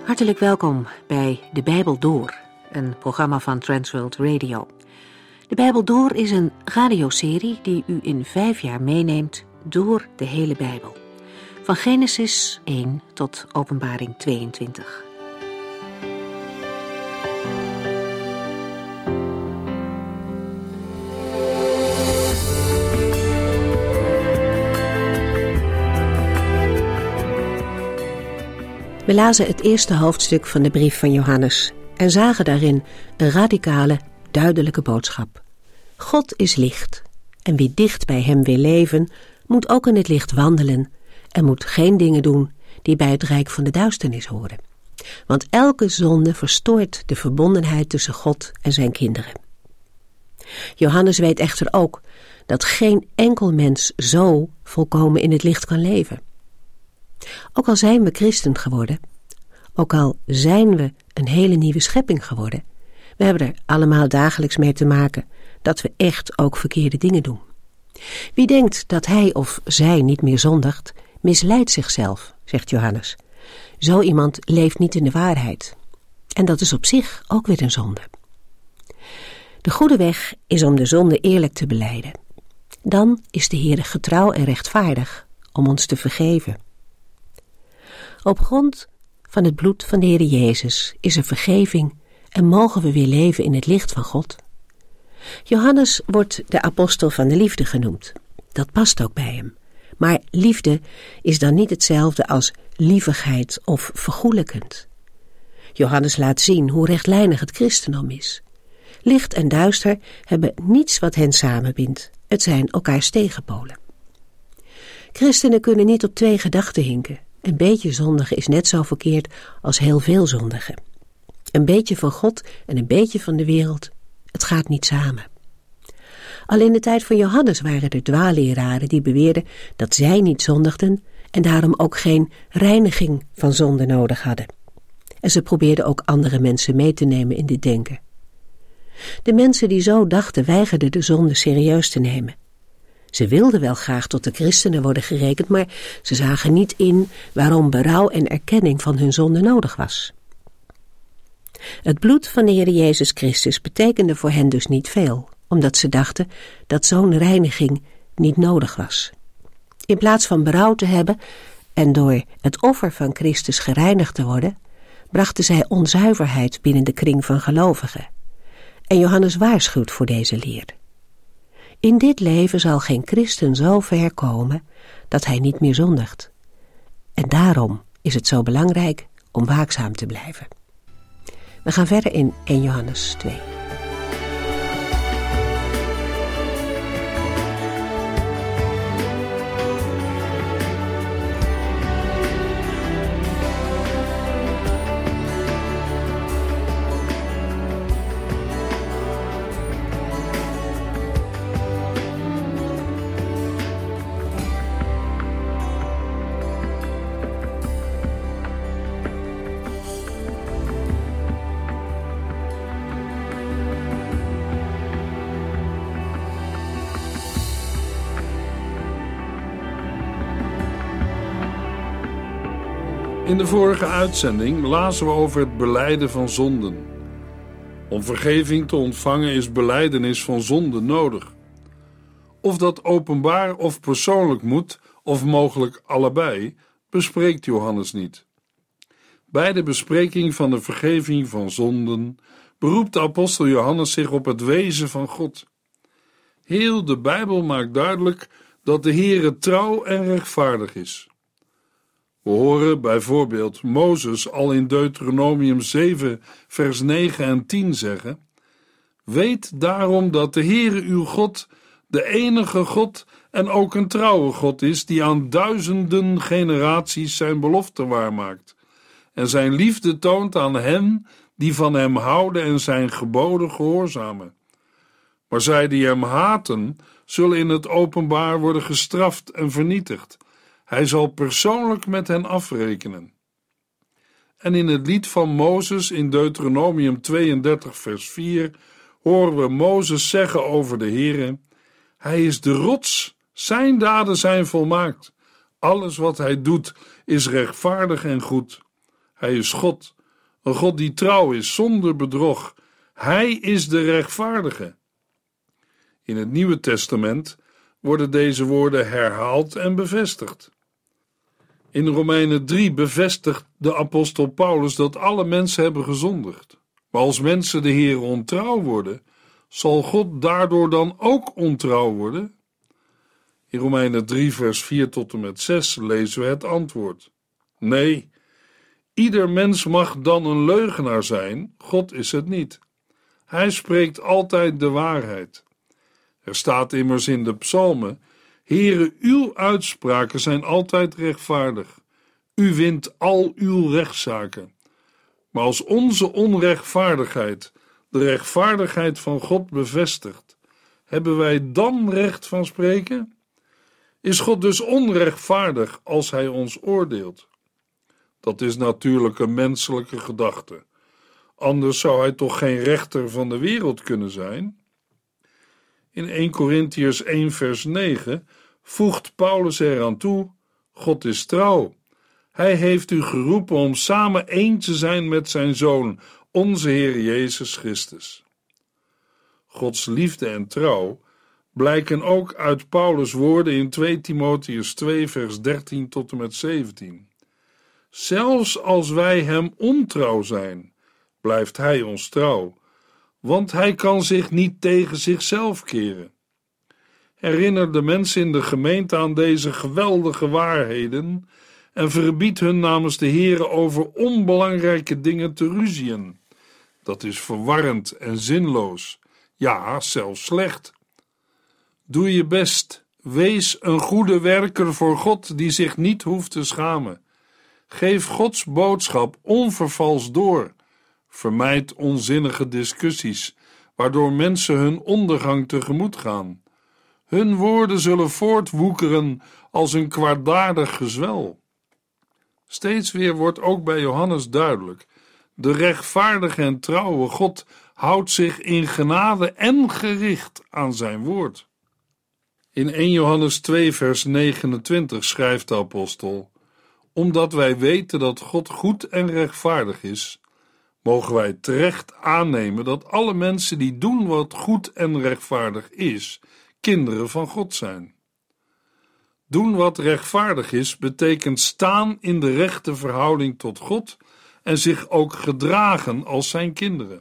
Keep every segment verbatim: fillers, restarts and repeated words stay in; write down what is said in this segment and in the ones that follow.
Hartelijk welkom bij De Bijbel Door, een programma van Transworld Radio. De Bijbel Door is een radioserie die u in vijf jaar meeneemt door de hele Bijbel. Van Genesis één tot Openbaring tweeëntwintig. We lazen het eerste hoofdstuk van de brief van Johannes en zagen daarin een radicale, duidelijke boodschap. God is licht en wie dicht bij hem wil leven, moet ook in het licht wandelen en moet geen dingen doen die bij het rijk van de duisternis horen. Want elke zonde verstoort de verbondenheid tussen God en zijn kinderen. Johannes weet echter ook dat geen enkel mens zo volkomen in het licht kan leven. Ook al zijn we christen geworden, ook al zijn we een hele nieuwe schepping geworden, we hebben er allemaal dagelijks mee te maken dat we echt ook verkeerde dingen doen. Wie denkt dat hij of zij niet meer zondigt, misleidt zichzelf, zegt Johannes. Zo iemand leeft niet in de waarheid. En dat is op zich ook weer een zonde. De goede weg is om de zonde eerlijk te belijden. Dan is de Heer getrouw en rechtvaardig om ons te vergeven. Op grond van het bloed van de Heer Jezus is er vergeving en mogen we weer leven in het licht van God. Johannes wordt de apostel van de liefde genoemd. Dat past ook bij hem. Maar liefde is dan niet hetzelfde als lievigheid of vergoelijkend. Johannes laat zien hoe rechtlijnig het christendom is. Licht en duister hebben niets wat hen samenbindt. Het zijn elkaars tegenpolen. Christenen kunnen niet op twee gedachten hinken. Een beetje zondigen is net zo verkeerd als heel veel zondigen. Een beetje van God en een beetje van de wereld, het gaat niet samen. Al in de tijd van Johannes waren er dwaalleraren die beweerden dat zij niet zondigden en daarom ook geen reiniging van zonde nodig hadden. En ze probeerden ook andere mensen mee te nemen in dit denken. De mensen die zo dachten weigerden de zonde serieus te nemen. Ze wilden wel graag tot de christenen worden gerekend, maar ze zagen niet in waarom berouw en erkenning van hun zonde nodig was. Het bloed van de Heer Jezus Christus betekende voor hen dus niet veel, omdat ze dachten dat zo'n reiniging niet nodig was. In plaats van berouw te hebben en door het offer van Christus gereinigd te worden, brachten zij onzuiverheid binnen de kring van gelovigen. En Johannes waarschuwt voor deze leer. In dit leven zal geen christen zo ver komen dat hij niet meer zondigt. En daarom is het zo belangrijk om waakzaam te blijven. We gaan verder in eerste Johannes twee. In de vorige uitzending lazen we over het belijden van zonden. Om vergeving te ontvangen is belijdenis van zonde nodig. Of dat openbaar of persoonlijk moet, of mogelijk allebei, bespreekt Johannes niet. Bij de bespreking van de vergeving van zonden beroept de apostel Johannes zich op het wezen van God. Heel de Bijbel maakt duidelijk dat de Heere trouw en rechtvaardig is. We horen bijvoorbeeld Mozes al in Deuteronomium zeven vers negen en tien zeggen: Weet daarom dat de Heere uw God de enige God en ook een trouwe God is, die aan duizenden generaties zijn belofte waarmaakt en zijn liefde toont aan hen die van hem houden en zijn geboden gehoorzamen. Maar zij die hem haten, zullen in het openbaar worden gestraft en vernietigd. Hij zal persoonlijk met hen afrekenen. En in het lied van Mozes in Deuteronomium tweeëndertig vers vier horen we Mozes zeggen over de Heere: Hij is de rots, zijn daden zijn volmaakt. Alles wat hij doet is rechtvaardig en goed. Hij is God, Een God die trouw is, zonder bedrog. Hij is de rechtvaardige. In het Nieuwe Testament worden deze woorden herhaald en bevestigd. In Romeinen drie bevestigt de apostel Paulus dat alle mensen hebben gezondigd. Maar als mensen de Heer ontrouw worden, zal God daardoor dan ook ontrouw worden? In Romeinen drie vers vier tot en met zes lezen we het antwoord. Nee, ieder mens mag dan een leugenaar zijn, God is het niet. Hij spreekt altijd de waarheid. Er staat immers in de psalmen: Heere, uw uitspraken zijn altijd rechtvaardig. U wint al uw rechtszaken. Maar als onze onrechtvaardigheid de rechtvaardigheid van God bevestigt, hebben wij dan recht van spreken? Is God dus onrechtvaardig als hij ons oordeelt? Dat is natuurlijk een menselijke gedachte. Anders zou hij toch geen rechter van de wereld kunnen zijn? In eerste Korintiërs één vers negen voegt Paulus eraan toe: God is trouw. Hij heeft u geroepen om samen één te zijn met zijn Zoon, onze Heer Jezus Christus. Gods liefde en trouw blijken ook uit Paulus' woorden in tweede Timotheüs twee vers dertien tot en met zeventien. Zelfs als wij hem ontrouw zijn, blijft hij ons trouw, want hij kan zich niet tegen zichzelf keren. Herinner de mensen in de gemeente aan deze geweldige waarheden en verbied hun namens de Heere over onbelangrijke dingen te ruzien. Dat is verwarrend en zinloos, ja, zelfs slecht. Doe je best, wees een goede werker voor God die zich niet hoeft te schamen. Geef Gods boodschap onvervals door. Vermijd onzinnige discussies, waardoor mensen hun ondergang tegemoet gaan. Hun woorden zullen voortwoekeren als een kwaadaardig gezwel. Steeds weer wordt ook bij Johannes duidelijk: de rechtvaardige en trouwe God houdt zich in genade en gericht aan zijn woord. In eerste Johannes twee vers negenentwintig schrijft de apostel: omdat wij weten dat God goed en rechtvaardig is, mogen wij terecht aannemen dat alle mensen die doen wat goed en rechtvaardig is, kinderen van God zijn. Doen wat rechtvaardig is, betekent staan in de rechte verhouding tot God en zich ook gedragen als zijn kinderen.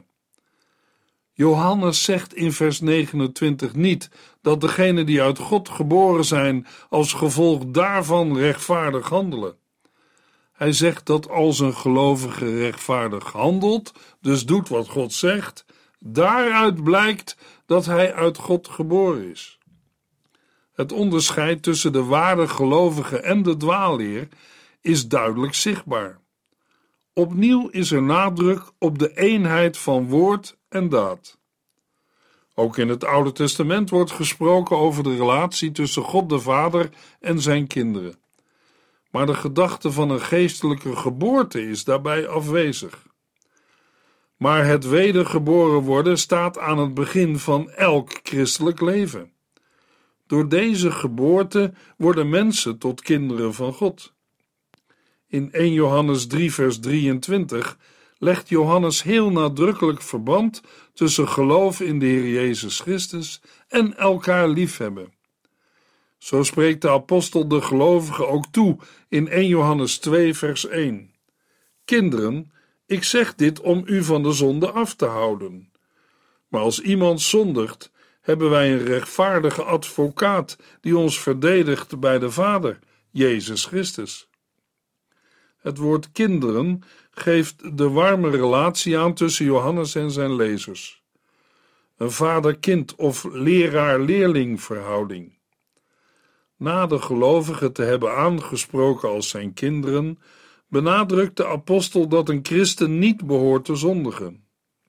Johannes zegt in vers negenentwintig niet dat degenen die uit God geboren zijn als gevolg daarvan rechtvaardig handelen. Hij zegt dat als een gelovige rechtvaardig handelt, dus doet wat God zegt, daaruit blijkt dat hij uit God geboren is. Het onderscheid tussen de ware gelovige en de dwaalleer is duidelijk zichtbaar. Opnieuw is er nadruk op de eenheid van woord en daad. Ook in het Oude Testament wordt gesproken over de relatie tussen God de Vader en zijn kinderen. Maar de gedachte van een geestelijke geboorte is daarbij afwezig. Maar het wedergeboren worden staat aan het begin van elk christelijk leven. Door deze geboorte worden mensen tot kinderen van God. In eerste Johannes drie vers drieëntwintig legt Johannes heel nadrukkelijk verband tussen geloof in de Heer Jezus Christus en elkaar liefhebben. Zo spreekt de apostel de gelovigen ook toe in eerste Johannes twee vers één. Kinderen, ik zeg dit om u van de zonde af te houden. Maar als iemand zondigt, hebben wij een rechtvaardige advocaat die ons verdedigt bij de Vader, Jezus Christus. Het woord kinderen geeft de warme relatie aan tussen Johannes en zijn lezers. Een vader-kind of leraar-leerling verhouding. Na de gelovigen te hebben aangesproken als zijn kinderen, benadrukt de apostel dat een christen niet behoort te zondigen.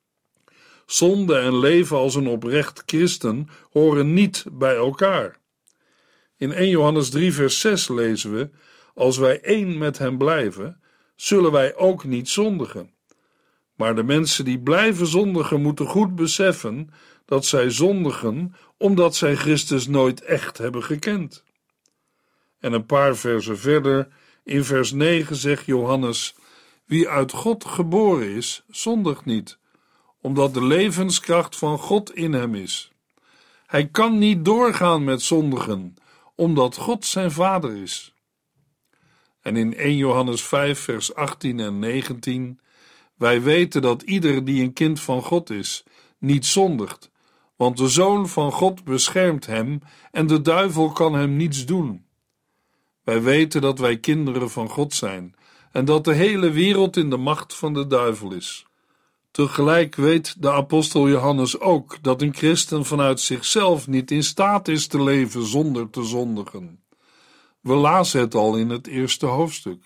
Zonde en leven als een oprecht christen horen niet bij elkaar. In eerste Johannes drie vers zes lezen we: als wij één met hem blijven, zullen wij ook niet zondigen. Maar de mensen die blijven zondigen moeten goed beseffen dat zij zondigen omdat zij Christus nooit echt hebben gekend. En een paar versen verder, in vers negen zegt Johannes: Wie uit God geboren is, zondigt niet, omdat de levenskracht van God in hem is. Hij kan niet doorgaan met zondigen, omdat God zijn vader is. En in eerste Johannes vijf vers achttien en negentien, wij weten dat ieder die een kind van God is, niet zondigt, want de Zoon van God beschermt hem en de duivel kan hem niets doen. Wij weten dat wij kinderen van God zijn en dat de hele wereld in de macht van de duivel is. Tegelijk weet de apostel Johannes ook dat een christen vanuit zichzelf niet in staat is te leven zonder te zondigen. We lazen het al in het eerste hoofdstuk.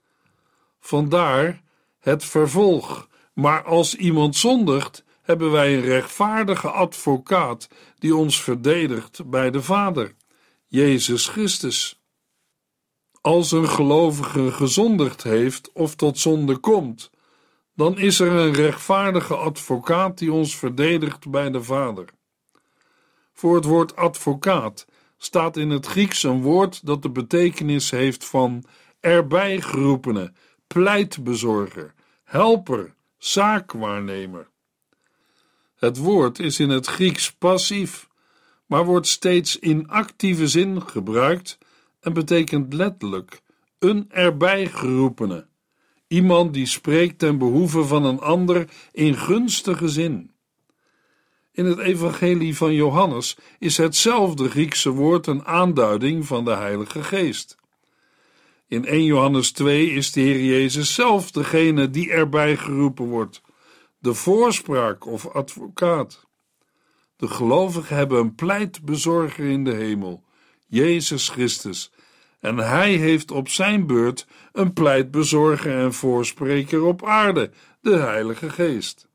Vandaar het vervolg, maar als iemand zondigt, hebben wij een rechtvaardige advocaat die ons verdedigt bij de Vader, Jezus Christus. Als een gelovige gezondigd heeft of tot zonde komt, dan is er een rechtvaardige advocaat die ons verdedigt bij de Vader. Voor het woord advocaat staat in het Grieks een woord dat de betekenis heeft van erbij geroepene, pleitbezorger, helper, zaakwaarnemer. Het woord is in het Grieks passief, maar wordt steeds in actieve zin gebruikt en betekent letterlijk een erbij geroepene, iemand die spreekt ten behoeve van een ander in gunstige zin. In het evangelie van Johannes is hetzelfde Griekse woord een aanduiding van de Heilige Geest. In eerste Johannes twee is de Heer Jezus zelf degene die erbij geroepen wordt, de voorspraak of advocaat. De gelovigen hebben een pleitbezorger in de hemel, Jezus Christus, en hij heeft op zijn beurt een pleitbezorger en voorspreker op aarde, de Heilige Geest.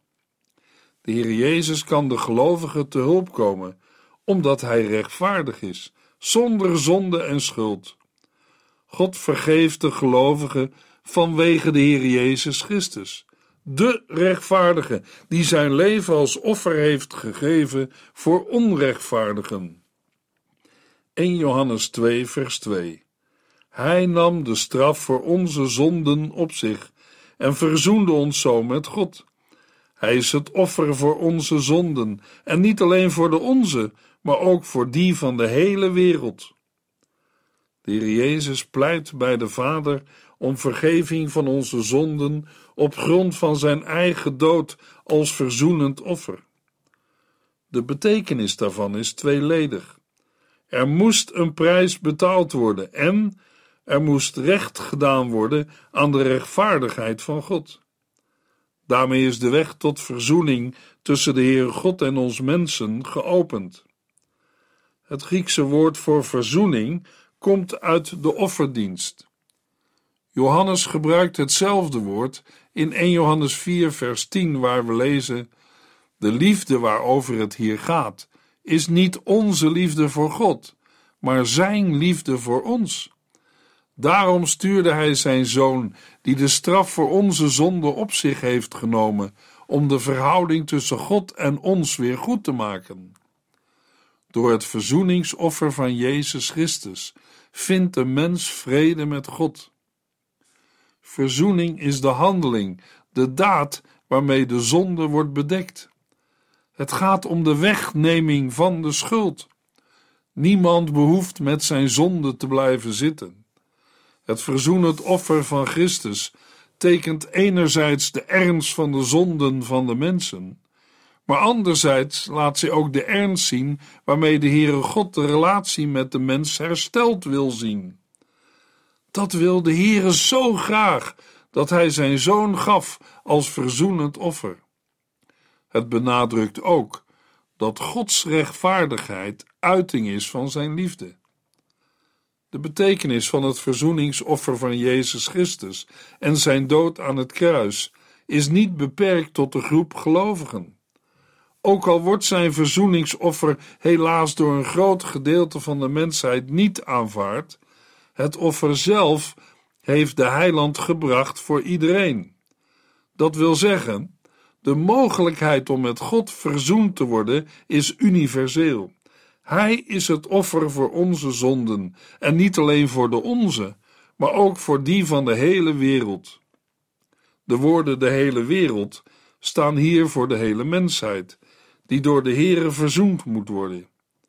De Heer Jezus kan de gelovigen te hulp komen, omdat hij rechtvaardig is, zonder zonde en schuld. God vergeeft de gelovigen vanwege de Heer Jezus Christus, de rechtvaardige, die zijn leven als offer heeft gegeven voor onrechtvaardigen. eerste Johannes twee vers twee. Hij nam de straf voor onze zonden op zich en verzoende ons zo met God. Hij is het offer voor onze zonden, en niet alleen voor de onze, maar ook voor die van de hele wereld. De Heer Jezus pleit bij de Vader om vergeving van onze zonden op grond van zijn eigen dood als verzoenend offer. De betekenis daarvan is tweeledig. Er moest een prijs betaald worden en er moest recht gedaan worden aan de rechtvaardigheid van God. Daarmee is de weg tot verzoening tussen de Heere God en ons mensen geopend. Het Griekse woord voor verzoening komt uit de offerdienst. Johannes gebruikt hetzelfde woord in eerste Johannes vier vers tien, waar we lezen: de liefde waarover het hier gaat, is niet onze liefde voor God, maar zijn liefde voor ons. Daarom stuurde hij zijn Zoon, die de straf voor onze zonde op zich heeft genomen, om de verhouding tussen God en ons weer goed te maken. Door het verzoeningsoffer van Jezus Christus vindt de mens vrede met God. Verzoening is de handeling, de daad waarmee de zonde wordt bedekt. Het gaat om de wegneming van de schuld. Niemand behoeft met zijn zonde te blijven zitten. Het verzoenend offer van Christus tekent enerzijds de ernst van de zonden van de mensen, maar anderzijds laat zij ook de ernst zien waarmee de Heere God de relatie met de mens hersteld wil zien. Dat wil de Heere zo graag, dat hij zijn Zoon gaf als verzoenend offer. Het benadrukt ook dat Gods rechtvaardigheid uiting is van zijn liefde. De betekenis van het verzoeningsoffer van Jezus Christus en zijn dood aan het kruis is niet beperkt tot de groep gelovigen. Ook al wordt zijn verzoeningsoffer helaas door een groot gedeelte van de mensheid niet aanvaard, het offer zelf heeft de heiland gebracht voor iedereen. Dat wil zeggen, de mogelijkheid om met God verzoend te worden is universeel. Hij is het offer voor onze zonden, en niet alleen voor de onze, maar ook voor die van de hele wereld. De woorden de hele wereld staan hier voor de hele mensheid, die door de Here verzoend moet worden.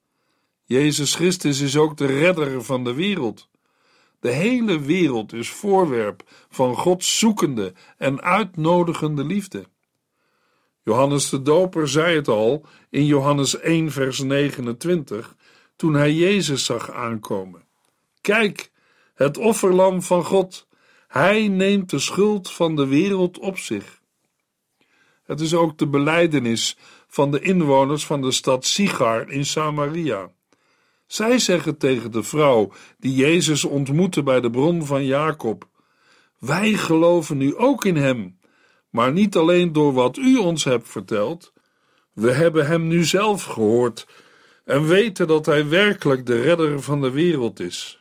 Jezus Christus is ook de redder van de wereld. De hele wereld is voorwerp van Gods zoekende en uitnodigende liefde. Johannes de Doper zei het al in Johannes één vers negenentwintig, toen hij Jezus zag aankomen. Kijk, het offerlam van God, hij neemt de schuld van de wereld op zich. Het is ook de belijdenis van de inwoners van de stad Sichar in Samaria. Zij zeggen tegen de vrouw die Jezus ontmoette bij de bron van Jacob: wij geloven nu ook in hem, maar niet alleen door wat u ons hebt verteld. We hebben hem nu zelf gehoord en weten dat hij werkelijk de redder van de wereld is.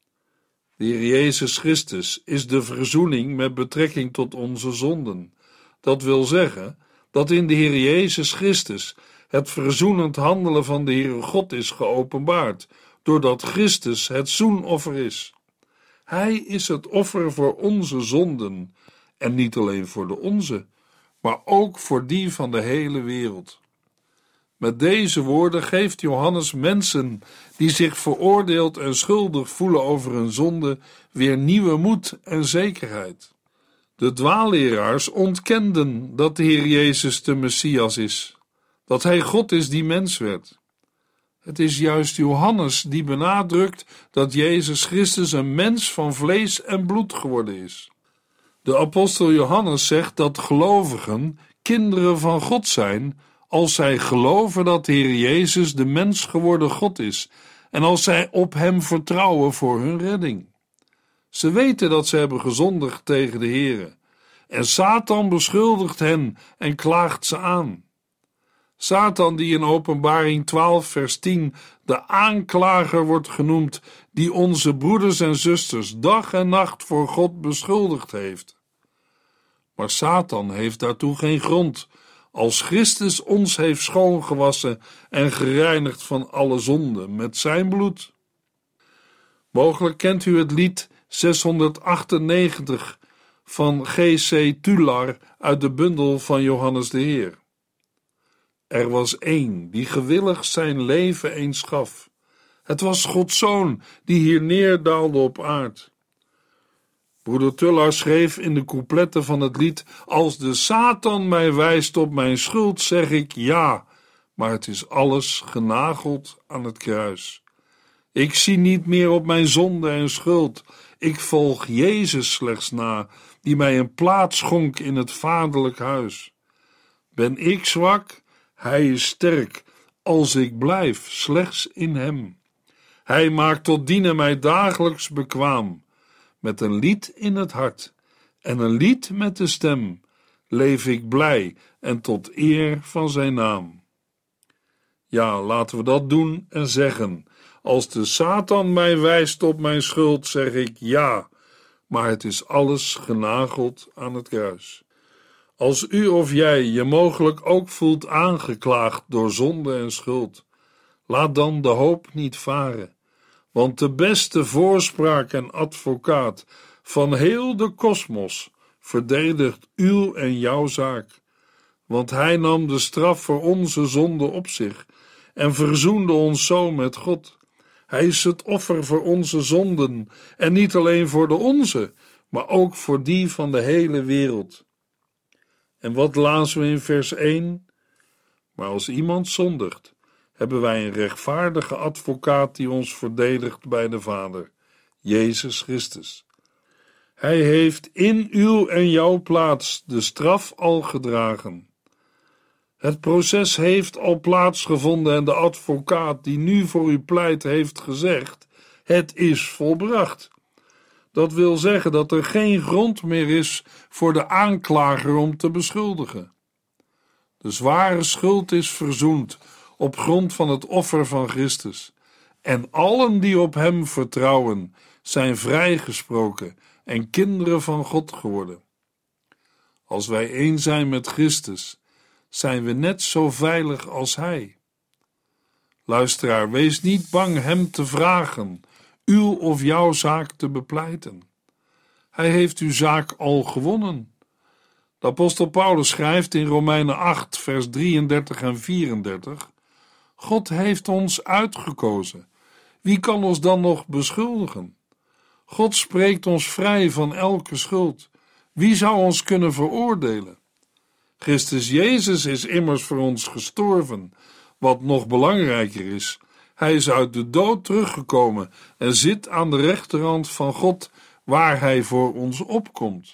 De Heer Jezus Christus is de verzoening met betrekking tot onze zonden. Dat wil zeggen dat in de Heer Jezus Christus het verzoenend handelen van de Heere God is geopenbaard, doordat Christus het zoenoffer is. Hij is het offer voor onze zonden, en niet alleen voor de onze, maar ook voor die van de hele wereld. Met deze woorden geeft Johannes mensen die zich veroordeeld en schuldig voelen over hun zonde weer nieuwe moed en zekerheid. De dwaalleraars ontkenden dat de Heer Jezus de Messias is, dat hij God is die mens werd. Het is juist Johannes die benadrukt dat Jezus Christus een mens van vlees en bloed geworden is. De apostel Johannes zegt dat gelovigen kinderen van God zijn als zij geloven dat de Heer Jezus de mens geworden God is en als zij op hem vertrouwen voor hun redding. Ze weten dat ze hebben gezondigd tegen de Heere en Satan beschuldigt hen en klaagt ze aan. Satan, die in Openbaring twaalf vers tien de aanklager wordt genoemd, die onze broeders en zusters dag en nacht voor God beschuldigd heeft. Maar Satan heeft daartoe geen grond, als Christus ons heeft schoongewassen en gereinigd van alle zonde met zijn bloed. Mogelijk kent u het lied zeshonderdachtennegentig van G C Tular uit de bundel van Johannes de Heer. Er was één die gewillig zijn leven eens gaf. Het was Gods Zoon die hier neerdaalde op aard. Broeder Tular schreef in de coupletten van het lied: als de Satan mij wijst op mijn schuld, zeg ik ja, maar het is alles genageld aan het kruis. Ik zie niet meer op mijn zonde en schuld. Ik volg Jezus slechts na, die mij een plaats schonk in het vaderlijk huis. Ben ik zwak? Hij is sterk, als ik blijf slechts in hem. Hij maakt tot dienen mij dagelijks bekwaam. Met een lied in het hart en een lied met de stem leef ik blij en tot eer van zijn naam. Ja, laten we dat doen en zeggen: als de Satan mij wijst op mijn schuld, zeg ik ja, maar het is alles genageld aan het kruis. Als u of jij je mogelijk ook voelt aangeklaagd door zonde en schuld, laat dan de hoop niet varen, want de beste voorspraak en advocaat van heel de kosmos verdedigt uw en jouw zaak, want hij nam de straf voor onze zonde op zich en verzoende ons zo met God. Hij is het offer voor onze zonden en niet alleen voor de onze, maar ook voor die van de hele wereld. En wat lazen we in vers één? Maar als iemand zondigt, hebben wij een rechtvaardige advocaat die ons verdedigt bij de Vader, Jezus Christus. Hij heeft in uw en jouw plaats de straf al gedragen. Het proces heeft al plaatsgevonden en de advocaat die nu voor u pleit heeft gezegd: het is volbracht. Dat wil zeggen dat er geen grond meer is voor de aanklager om te beschuldigen. De zware schuld is verzoend op grond van het offer van Christus. En allen die op hem vertrouwen zijn vrijgesproken en kinderen van God geworden. Als wij één zijn met Christus, zijn we net zo veilig als hij. Luisteraar, wees niet bang hem te vragen uw of jouw zaak te bepleiten. Hij heeft uw zaak al gewonnen. De apostel Paulus schrijft in Romeinen acht, vers drieëndertig en vierendertig: God heeft ons uitgekozen. Wie kan ons dan nog beschuldigen? God spreekt ons vrij van elke schuld. Wie zou ons kunnen veroordelen? Christus Jezus is immers voor ons gestorven. Wat nog belangrijker is, hij is uit de dood teruggekomen en zit aan de rechterhand van God, waar hij voor ons opkomt.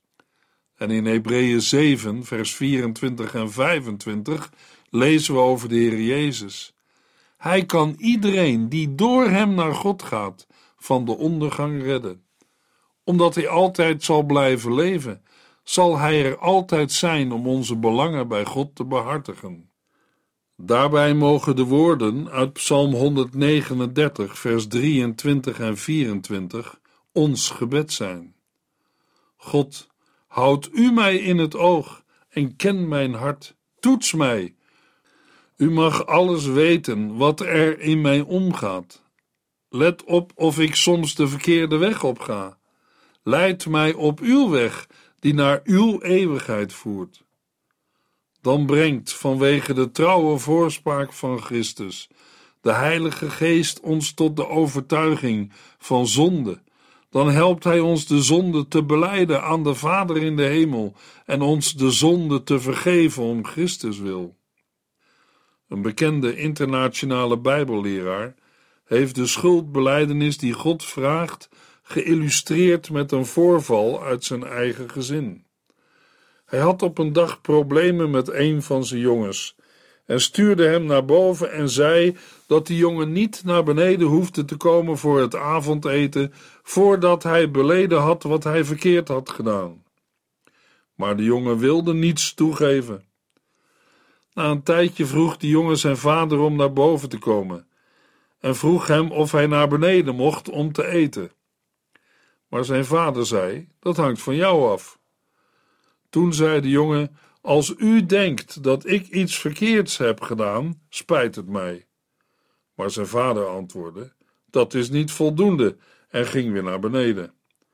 En in Hebreeën zeven, vers vierentwintig en vijfentwintig lezen we over de Heer Jezus. Hij kan iedereen die door hem naar God gaat, van de ondergang redden. Omdat hij altijd zal blijven leven, zal hij er altijd zijn om onze belangen bij God te behartigen. Daarbij mogen de woorden uit Psalm honderdnegenendertig, vers drieëntwintig en vierentwintig ons gebed zijn. God, houd u mij in het oog en ken mijn hart. Toets mij. U mag alles weten wat er in mij omgaat. Let op of ik soms de verkeerde weg opga. Leid mij op uw weg, die naar uw eeuwigheid voert. Dan brengt, vanwege de trouwe voorspraak van Christus, de Heilige Geest ons tot de overtuiging van zonde. Dan helpt hij ons de zonde te belijden aan de Vader in de hemel en ons de zonde te vergeven om Christus wil. Een bekende internationale Bijbelleraar heeft de schuldbelijdenis die God vraagt geïllustreerd met een voorval uit zijn eigen gezin. Hij had op een dag problemen met een van zijn jongens en stuurde hem naar boven en zei dat die jongen niet naar beneden hoefde te komen voor het avondeten voordat hij beleden had wat hij verkeerd had gedaan. Maar de jongen wilde niets toegeven. Na een tijdje vroeg de jongen zijn vader om naar boven te komen en vroeg hem of hij naar beneden mocht om te eten. Maar zijn vader zei, dat hangt van jou af. Toen zei de jongen, als u denkt dat ik iets verkeerds heb gedaan, spijt het mij. Maar zijn vader antwoordde, dat is niet voldoende, en ging weer naar beneden.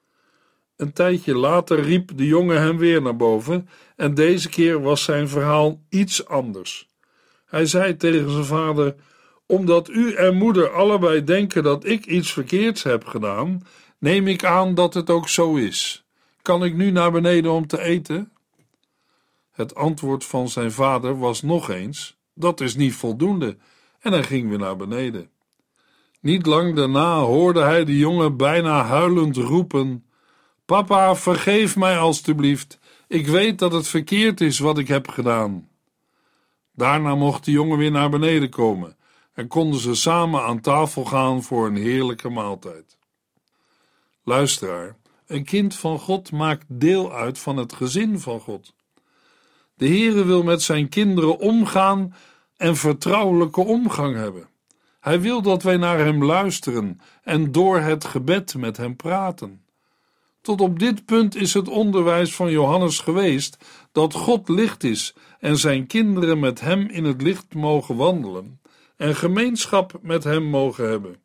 Een tijdje later riep de jongen hem weer naar boven en deze keer was zijn verhaal iets anders. Hij zei tegen zijn vader, omdat u en moeder allebei denken dat ik iets verkeerds heb gedaan, neem ik aan dat het ook zo is. Kan ik nu naar beneden om te eten? Het antwoord van zijn vader was nog eens, dat is niet voldoende, en hij ging weer naar beneden. Niet lang daarna hoorde hij de jongen bijna huilend roepen, papa, vergeef mij alstublieft, ik weet dat het verkeerd is wat ik heb gedaan. Daarna mocht de jongen weer naar beneden komen en konden ze samen aan tafel gaan voor een heerlijke maaltijd. Luisteraar, een kind van God maakt deel uit van het gezin van God. De Heere wil met zijn kinderen omgaan en vertrouwelijke omgang hebben. Hij wil dat wij naar hem luisteren en door het gebed met hem praten. Tot op dit punt is het onderwijs van Johannes geweest dat God licht is en zijn kinderen met hem in het licht mogen wandelen en gemeenschap met hem mogen hebben.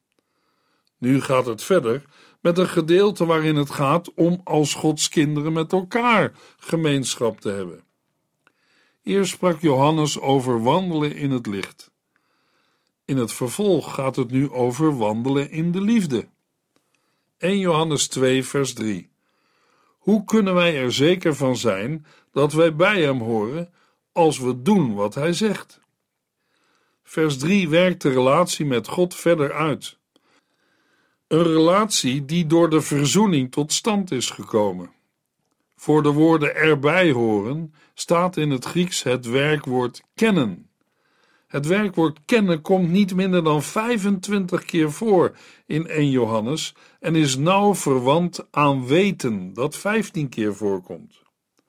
Nu gaat het verder met een gedeelte waarin het gaat om als Gods kinderen met elkaar gemeenschap te hebben. Eerst sprak Johannes over wandelen in het licht. In het vervolg gaat het nu over wandelen in de liefde. eerste Johannes twee, vers drie. Hoe kunnen wij er zeker van zijn dat wij bij hem horen als we doen wat hij zegt? Vers drie werkt de relatie met God verder uit. Een relatie die door de verzoening tot stand is gekomen. Voor de woorden erbij horen staat in het Grieks het werkwoord kennen. Het werkwoord kennen komt niet minder dan vijfentwintig keer voor in eerste Johannes en is nauw verwant aan weten, dat vijftien keer voorkomt.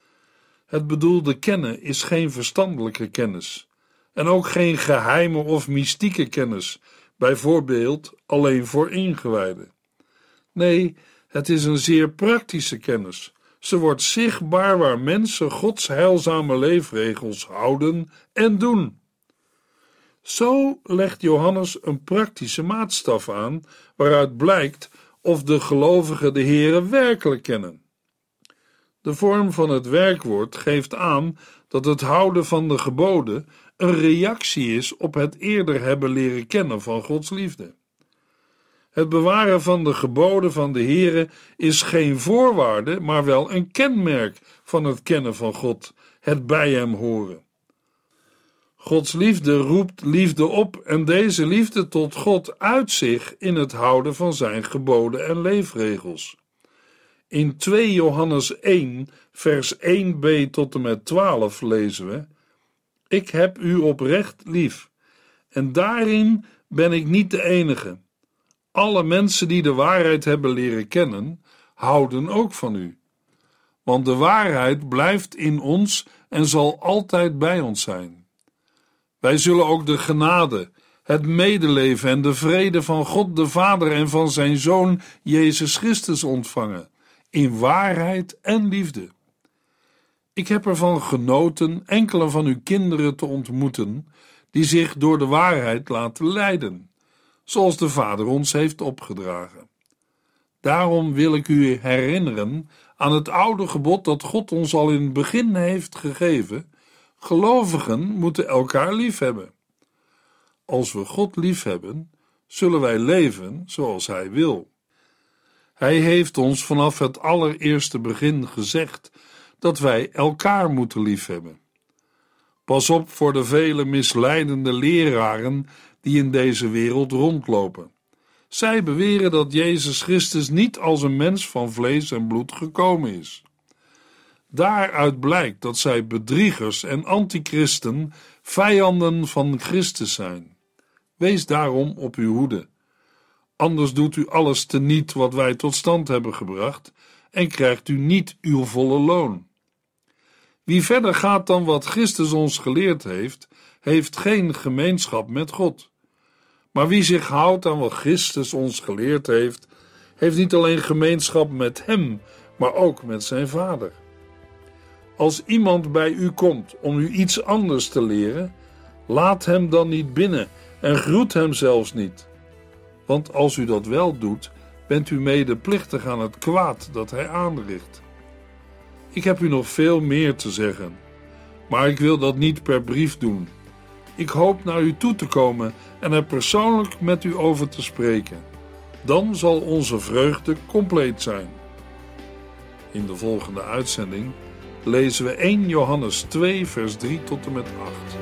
Het bedoelde kennen is geen verstandelijke kennis en ook geen geheime of mystieke kennis, bijvoorbeeld alleen voor ingewijden. Nee, het is een zeer praktische kennis. Ze wordt zichtbaar waar mensen Gods heilzame leefregels houden en doen. Zo legt Johannes een praktische maatstaf aan, waaruit blijkt of de gelovigen de Heere werkelijk kennen. De vorm van het werkwoord geeft aan dat het houden van de geboden een reactie is op het eerder hebben leren kennen van Gods liefde. Het bewaren van de geboden van de Heere is geen voorwaarde, maar wel een kenmerk van het kennen van God, het bij hem horen. Gods liefde roept liefde op en deze liefde tot God uit zich in het houden van zijn geboden en leefregels. In twee Johannes één, vers één b tot en met twaalf lezen we: Ik heb u oprecht lief, en daarin ben ik niet de enige. Alle mensen die de waarheid hebben leren kennen, houden ook van u. Want de waarheid blijft in ons en zal altijd bij ons zijn. Wij zullen ook de genade, het medeleven en de vrede van God de Vader en van zijn Zoon Jezus Christus ontvangen, in waarheid en liefde. Ik heb ervan genoten enkele van uw kinderen te ontmoeten, die zich door de waarheid laten leiden, zoals de Vader ons heeft opgedragen. Daarom wil ik u herinneren aan het oude gebod dat God ons al in het begin heeft gegeven: gelovigen moeten elkaar lief hebben. Als we God lief hebben, zullen wij leven zoals Hij wil. Hij heeft ons vanaf het allereerste begin gezegd dat wij elkaar moeten liefhebben. Pas op voor de vele misleidende leraren die in deze wereld rondlopen. Zij beweren dat Jezus Christus niet als een mens van vlees en bloed gekomen is. Daaruit blijkt dat zij bedriegers en antichristen, vijanden van Christus zijn. Wees daarom op uw hoede. Anders doet u alles teniet wat wij tot stand hebben gebracht en krijgt u niet uw volle loon. Wie verder gaat dan wat Christus ons geleerd heeft, heeft geen gemeenschap met God. Maar wie zich houdt aan wat Christus ons geleerd heeft, heeft niet alleen gemeenschap met hem, maar ook met zijn Vader. Als iemand bij u komt om u iets anders te leren, laat hem dan niet binnen en groet hem zelfs niet. Want als u dat wel doet, bent u medeplichtig aan het kwaad dat hij aanricht. Ik heb u nog veel meer te zeggen, maar ik wil dat niet per brief doen. Ik hoop naar u toe te komen en er persoonlijk met u over te spreken. Dan zal onze vreugde compleet zijn. In de volgende uitzending lezen we eerste Johannes twee, vers drie tot en met acht.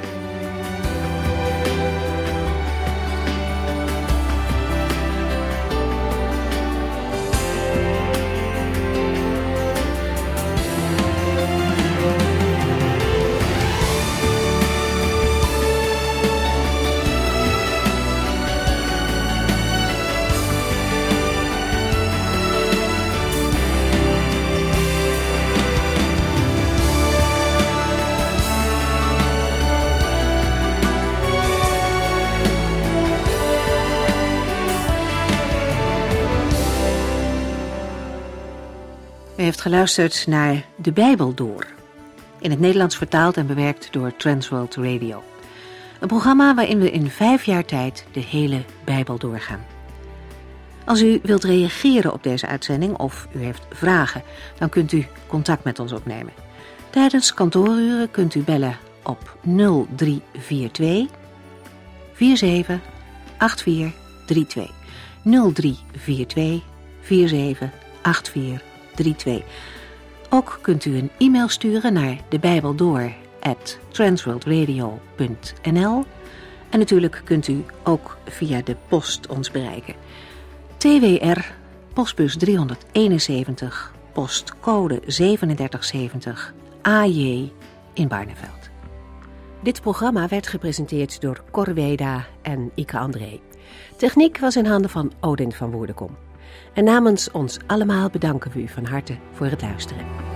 U heeft geluisterd naar De Bijbel Door, in het Nederlands vertaald en bewerkt door Transworld Radio. Een programma waarin we in vijf jaar tijd de hele Bijbel doorgaan. Als u wilt reageren op deze uitzending of u heeft vragen, dan kunt u contact met ons opnemen. Tijdens kantooruren kunt u bellen op nul drie vier twee, vier zeven acht vier drie twee. nul drie vier twee, vier zeven acht vier drie twee. Ook kunt u een e-mail sturen naar debijbeldoor at transworldradio punt n l en natuurlijk kunt u ook via de post ons bereiken. T W R, postbus driehonderdeenenzeventig, postcode zevenendertig zeventig, A J in Barneveld. Dit programma werd gepresenteerd door Cor Weda en Ike André. Techniek was in handen van Odin van Woerdenkom. En namens ons allemaal bedanken we u van harte voor het luisteren.